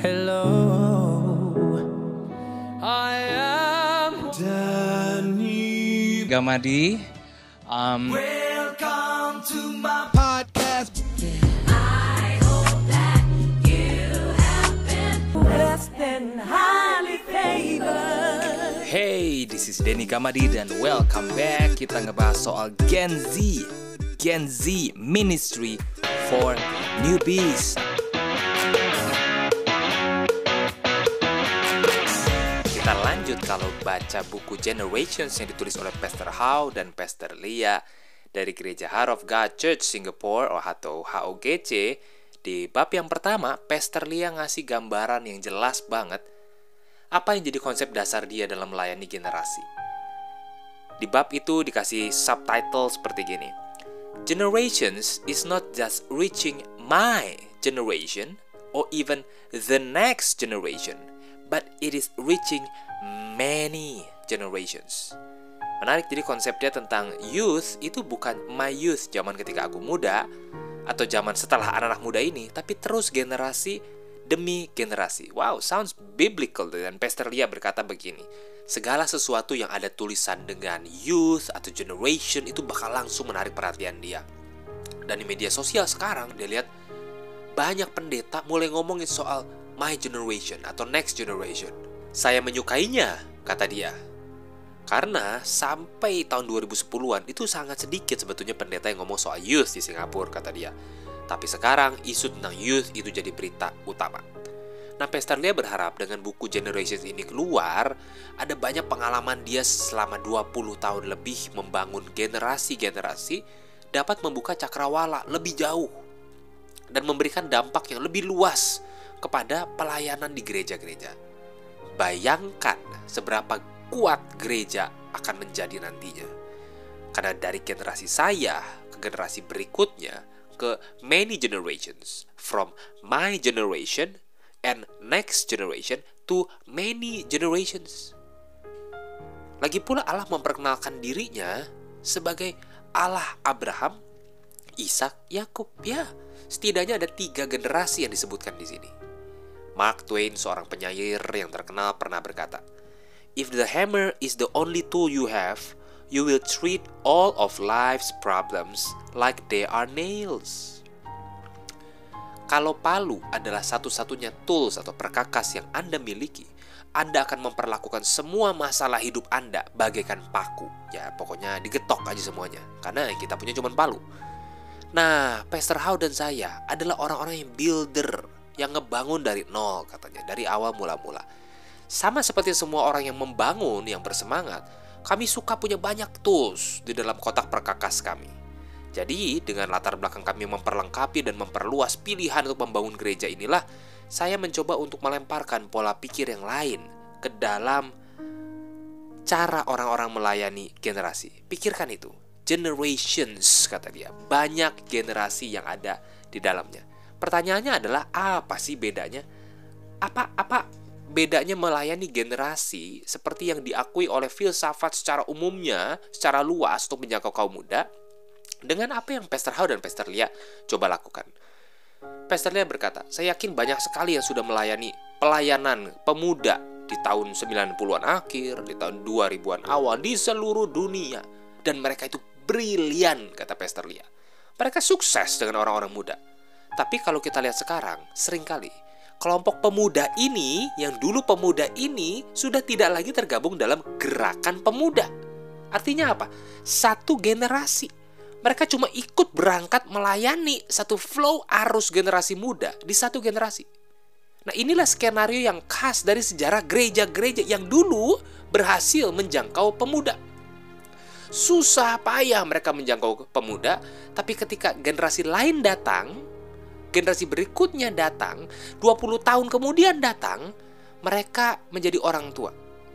Hello, I am Danny Gamadi. Welcome to my podcast. I hope that you have been blessed and highly favored. Hey, this is Denny Gamadi dan welcome back. Kita ngebahas soal Gen Z Ministry for Newbies. Kita lanjut kalau baca buku Generations yang ditulis oleh Pastor Hao dan Pastor Lia dari Gereja Heart of God Church Singapore atau HOGC. Di bab yang pertama, Pastor Lia ngasih gambaran yang jelas banget apa yang jadi konsep dasar dia dalam melayani generasi. Di bab itu dikasih subtitle seperti gini. Generations is not just reaching my generation or even the next generation, but it is reaching many generations. Menarik, jadi konsepnya tentang youth itu bukan my youth zaman ketika aku muda atau zaman setelah anak-anak muda ini, tapi terus generasi demi generasi. Wow, sounds biblical. Dan Pastor Lia berkata begini, segala sesuatu yang ada tulisan dengan youth atau generation itu bakal langsung menarik perhatian dia. Dan di media sosial sekarang dia lihat banyak pendeta mulai ngomongin soal my generation atau next generation. Saya menyukainya, kata dia. Karena sampai tahun 2010-an itu sangat sedikit sebetulnya pendeta yang ngomong soal youth di Singapura, kata dia. Tapi sekarang isu tentang youth itu jadi berita utama. Nah, Pastor Lia berharap dengan buku Generations ini keluar, ada banyak pengalaman dia selama 20 tahun lebih membangun generasi-generasi dapat membuka cakrawala lebih jauh dan memberikan dampak yang lebih luas kepada pelayanan di gereja-gereja. Bayangkan seberapa kuat gereja akan menjadi nantinya. Karena dari generasi saya ke generasi berikutnya, ke many generations, from my generation and next generation to many generations. Lagi pula Allah memperkenalkan dirinya sebagai Allah Abraham, Ishak, Yakub. Ya, setidaknya ada 3 generasi yang disebutkan di sini. Mark Twain, seorang penyair yang terkenal, pernah berkata, "If the hammer is the only tool you have, you will treat all of life's problems like they are nails." Kalau palu adalah satu-satunya tools atau perkakas yang Anda miliki, Anda akan memperlakukan semua masalah hidup Anda bagaikan paku. Ya, pokoknya digetok aja semuanya, karena kita punya cuma palu. Nah, Pastor Hao dan saya adalah orang-orang yang builder, yang ngebangun dari nol katanya, dari awal mula-mula. Sama seperti semua orang yang membangun, yang bersemangat, kami suka punya banyak tools di dalam kotak perkakas kami. Jadi, dengan latar belakang kami memperlengkapi dan memperluas pilihan untuk membangun gereja inilah, saya mencoba untuk melemparkan pola pikir yang lain ke dalam cara orang-orang melayani generasi. Pikirkan itu, generations kata dia, banyak generasi yang ada di dalamnya. Pertanyaannya adalah, apa sih bedanya? Apa bedanya melayani generasi seperti yang diakui oleh filsafat secara umumnya, secara luas untuk menjangkau kaum muda, dengan apa yang Pastor Hao dan Pastor Lia coba lakukan? Pastor Lia berkata, saya yakin banyak sekali yang sudah melayani pelayanan pemuda di tahun 90-an akhir, di tahun 2000-an awal, di seluruh dunia. Dan mereka itu brilian, kata Pastor Lia. Mereka sukses dengan orang-orang muda. Tapi kalau kita lihat sekarang, seringkali kelompok pemuda ini, yang dulu pemuda ini, sudah tidak lagi tergabung dalam gerakan pemuda. Artinya apa? Satu generasi. Mereka cuma ikut berangkat melayani satu flow arus generasi muda di satu generasi. Nah, inilah skenario yang khas dari sejarah gereja-gereja yang dulu berhasil menjangkau pemuda. Susah payah mereka menjangkau pemuda, tapi ketika generasi lain datang, generasi berikutnya datang, 20 tahun kemudian datang, mereka menjadi orang tua.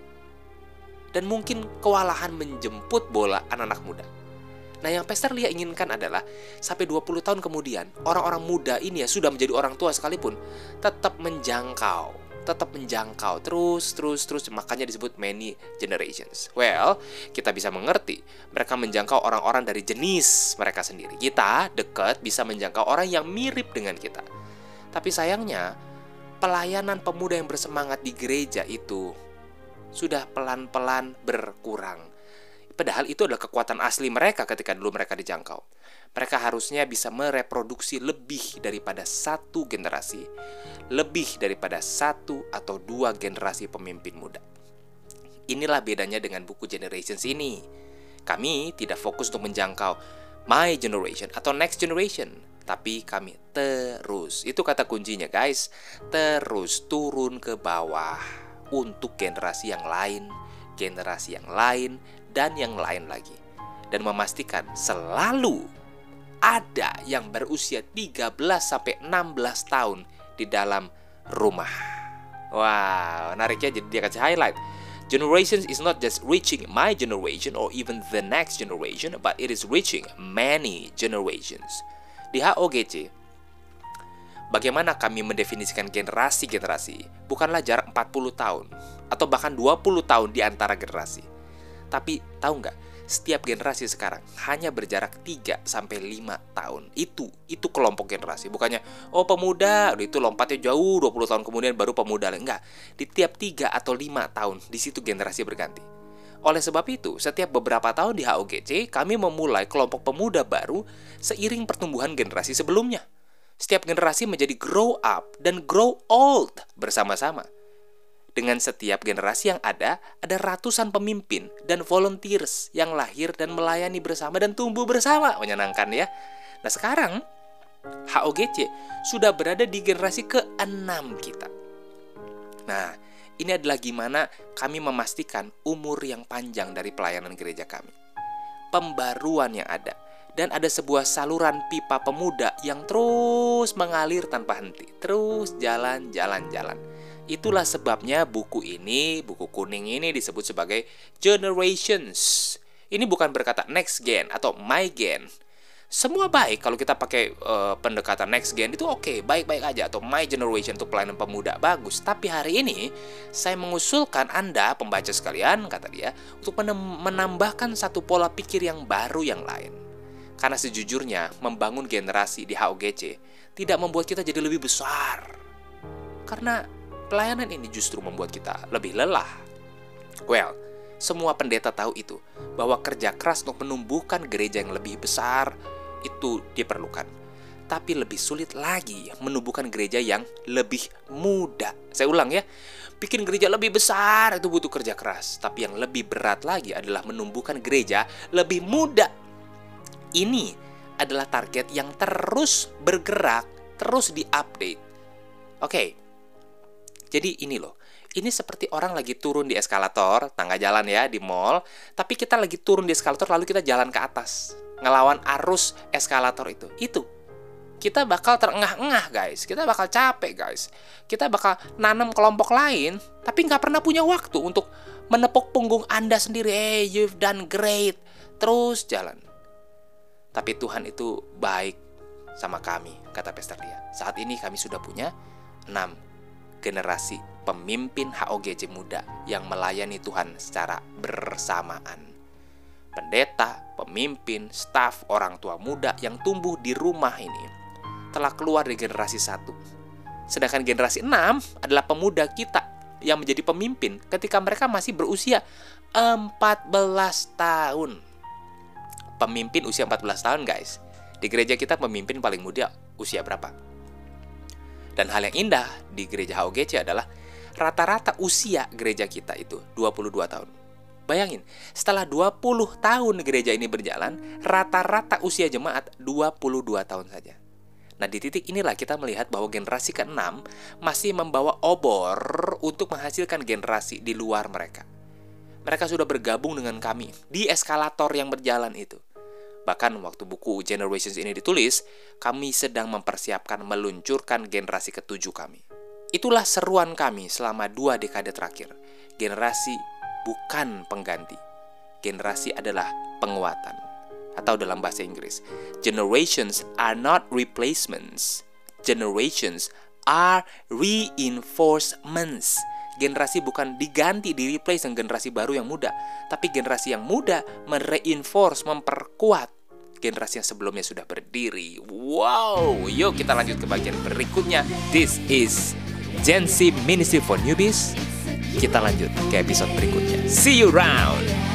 Dan mungkin kewalahan menjemput bola anak-anak muda. Nah, yang Pastor Lia inginkan adalah sampai 20 tahun kemudian, orang-orang muda ini ya sudah menjadi orang tua sekalipun, tetap menjangkau, terus, makanya disebut many generations. Well, kita bisa mengerti, mereka menjangkau orang-orang dari jenis mereka sendiri. Kita dekat bisa menjangkau orang yang mirip dengan kita. Tapi sayangnya, pelayanan pemuda yang bersemangat di gereja itu sudah pelan-pelan berkurang. Padahal itu adalah kekuatan asli mereka ketika dulu mereka dijangkau. Mereka harusnya bisa mereproduksi lebih daripada satu generasi, lebih daripada 1 atau 2 generasi pemimpin muda. Inilah bedanya dengan buku Generations ini. Kami tidak fokus untuk menjangkau my generation atau next generation, tapi kami terus, itu kata kuncinya guys, terus turun ke bawah untuk generasi yang lain, dan yang lain lagi. Dan memastikan selalu ada yang berusia 13-16 tahun di dalam rumah. Wow, menariknya, jadi dia kasih highlight. Generations is not just reaching my generation or even the next generation, but it is reaching many generations. Di HOGC, bagaimana kami mendefinisikan generasi-generasi bukanlah jarak 40 tahun atau bahkan 20 tahun di antara generasi. Tapi tahu nggak, setiap generasi sekarang hanya berjarak 3-5 tahun. Itu kelompok generasi. Bukannya, oh pemuda, itu lompatnya jauh 20 tahun kemudian baru pemuda. Enggak, di tiap 3 atau 5 tahun, di situ generasi berganti. Oleh sebab itu, setiap beberapa tahun di HOGC, kami memulai kelompok pemuda baru seiring pertumbuhan generasi sebelumnya. Setiap generasi menjadi grow up dan grow old bersama-sama. Dengan setiap generasi yang ada ratusan pemimpin dan volunteers yang lahir dan melayani bersama dan tumbuh bersama. Menyenangkan ya. Nah sekarang, HOGC sudah berada di generasi ke-6 kita. Nah, ini adalah gimana kami memastikan umur yang panjang dari pelayanan gereja kami. Pembaruan yang ada. Dan ada sebuah saluran pipa pemuda yang terus mengalir tanpa henti. Terus jalan. Itulah sebabnya buku kuning ini disebut sebagai Generations. Ini bukan berkata next gen atau my gen. Semua baik kalau kita pakai pendekatan next gen itu oke, baik-baik aja. Atau my generation untuk pelayanan pemuda, bagus. Tapi hari ini saya mengusulkan Anda, pembaca sekalian, kata dia, untuk menambahkan satu pola pikir yang baru yang lain. Karena sejujurnya membangun generasi di HOGC tidak membuat kita jadi lebih besar. Karena pelayanan ini justru membuat kita lebih lelah. Well, semua pendeta tahu itu, bahwa kerja keras untuk menumbuhkan gereja yang lebih besar itu diperlukan. Tapi lebih sulit lagi menumbuhkan gereja yang lebih muda. Saya ulang ya, bikin gereja lebih besar itu butuh kerja keras. Tapi yang lebih berat lagi adalah menumbuhkan gereja lebih muda. Ini adalah target yang terus bergerak, terus diupdate. Oke. Jadi ini loh, ini seperti orang lagi turun di eskalator, tangga jalan ya, di mall. Tapi kita lagi turun di eskalator, lalu kita jalan ke atas, ngelawan arus eskalator itu. Kita bakal terengah-engah guys, kita bakal capek guys. Kita bakal nanam kelompok lain, tapi nggak pernah punya waktu untuk menepuk punggung Anda sendiri. Hey, you've done great. Terus jalan. Tapi Tuhan itu baik sama kami, kata Pastor Lia. Saat ini kami sudah punya 6 generasi pemimpin HOGC muda yang melayani Tuhan secara bersamaan. Pendeta, pemimpin, staf, orang tua muda yang tumbuh di rumah ini telah keluar dari generasi 1. Sedangkan generasi 6 adalah pemuda kita yang menjadi pemimpin ketika mereka masih berusia 14 tahun. Pemimpin usia 14 tahun guys. Di gereja kita pemimpin paling muda usia berapa? Dan hal yang indah di gereja HOGC adalah rata-rata usia gereja kita itu 22 tahun. Bayangin, setelah 20 tahun gereja ini berjalan, rata-rata usia jemaat 22 tahun saja. Nah di titik inilah kita melihat bahwa generasi ke-6 masih membawa obor untuk menghasilkan generasi di luar mereka. Mereka sudah bergabung dengan kami di eskalator yang berjalan itu. Bahkan waktu buku Generations ini ditulis, kami sedang mempersiapkan meluncurkan generasi ke-7 kami. Itulah seruan kami selama 2 dekade terakhir. Generasi bukan pengganti. Generasi adalah penguatan. Atau dalam bahasa Inggris, generations are not replacements. Generations are reinforcements. Generasi bukan diganti, di-replace dengan generasi baru yang muda. Tapi generasi yang muda mereinforce, memperkuat generasi yang sebelumnya sudah berdiri. Wow, yuk kita lanjut ke bagian berikutnya. This is Gen Z Ministry for Newbies. Kita lanjut ke episode berikutnya. See you round.